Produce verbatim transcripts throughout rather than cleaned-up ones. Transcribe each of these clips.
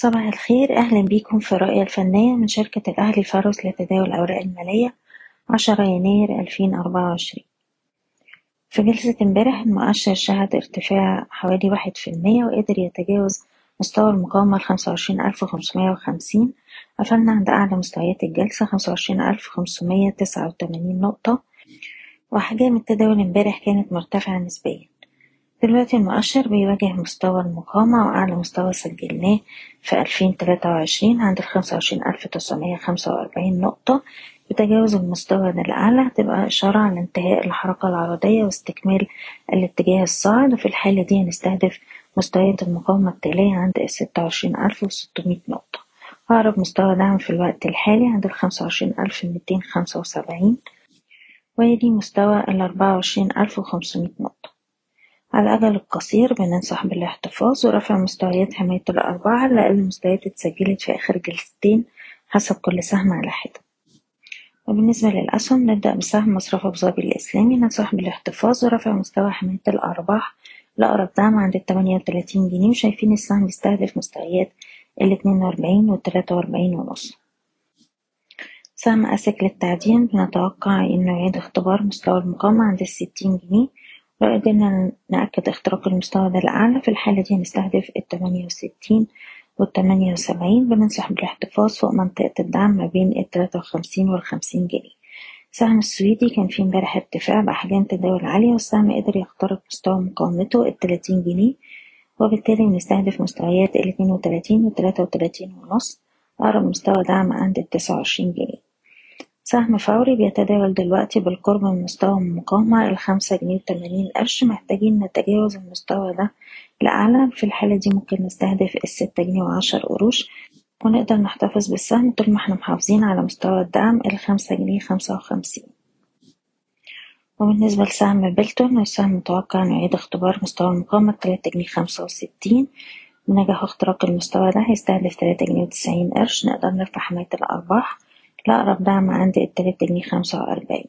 صباح الخير، أهلا بيكم في الرؤية الفنية من شركة الأهلي الفارس لتداول الأوراق المالية عشرة يناير ألفين وأربعة وعشرين. في جلسة امبارح المؤشر شهد ارتفاع حوالي واحد في المية وقدر يتجاوز مستوى المقاومة الخمسة وعشرين ألف وخمسمية وخمسين. قفلنا عند أعلى مستويات الجلسة خمسة وعشرين ألف وخمسمية تسعة وتمانين نقطة، وأحجام التداول امبارح كانت مرتفعة نسبيا. دلوقتي المؤشر بيواجه مستوى المقاومة وأعلى مستوى سجلناه في ألفين تلاتة وعشرين عند الخمسة وعشرين ألف تسعمية خمسة وأربعين نقطة. بتجاوز المستوى ده الأعلى هتبقى إشارة على انتهاء الحركة العرضية واستكمال الاتجاه الصاعد، وفي الحالة دي هنستهدف مستويات المقاومة التالية عند الستة وعشرين ألف وستمية نقطة. أقرب مستوى دعم في الوقت الحالي عند الخمسة وعشرين ألف ميتين خمسة وسبعين، ويلي مستوى الأربعة وعشرين ألف وخمسمية نقطة. على الأجل القصير بننصح بالاحتفاظ ورفع مستويات حماية الأرباح لأقل مستويات اتسجلت في آخر جلستين حسب كل سهم على حدة. وبالنسبة للأسهم نبدأ بسهم مصرف أبو ظبي الإسلامي، ننصح بالاحتفاظ ورفع مستوى حماية الأرباح لأقرب دعم عند التمانية وتلاتين جنيه، وشايفين السهم بيستهدف مستويات الاتنين وأربعين والتلاتة وأربعين ونص. سهم أسك للتعدين بنتوقع إنه يعيد اختبار مستوى المقاومة عند الستين جنيه، لو قدرنا نأكد اختراق المستوى ده الأعلى في الحالة دي هنستهدف التمانية وستين والتمانية وسبعين. بننصح بالاحتفاظ فوق منطقة الدعم ما بين التلاتة وخمسين والخمسين جنيه. سهم السويدي كان فيه امبارح ارتفاع بأحجام تداول عالية، والسهم قدر يخترق مستوى مقاومته التلاتين جنيه، وبالتالي بنستهدف مستويات الاتنين وتلاتين والتلاتة وتلاتين ونص. أقرب مستوى دعم عند التسعة وعشرين جنيه. سهم فوري بيتداول دلوقتي بالقرب من مستوى المقاومة الخمسة جنيه وتمانين قرش، محتاجين نتجاوز المستوى ده لأعلى. في الحالة دي ممكن نستهدف الستة جنيه وعشر قروش، ونقدر نحتفظ بالسهم طول ما احنا محافظين على مستوى الدعم الخمسة جنيه خمسة وخمسين. وبالنسبة لسهم بلتون، السهم متوقع انه يعيد اختبار مستوى المقاومة تلاتة جنيه خمسة وستين. بنجاح اختراق المستوى ده هيستهدف تلاتة جنيه وتسعين قرش، نقدر نرفع حماية الأرباح لأقرب دعم عند التلاتة جنيه خمسة وأربعين.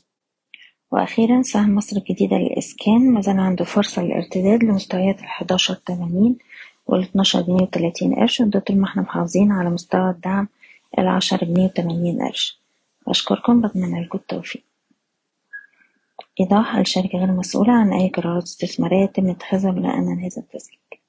وأخيرا سهم مصر الجديدة للإسكان مازال عنده فرصة للارتداد لمستويات الحداشر تمانين والاتناشر جنيه وتلاتين قرش، وده طول ما احنا محافظين على مستوى الدعم العشرة جنيه وتمانين قرش. أشكركم، بتمنى لكم التوفيق. إيضاح: الشركة غير مسؤولة عن أي قرارات استثمارية يتم اتخاذها بناء على هذا التسجيل.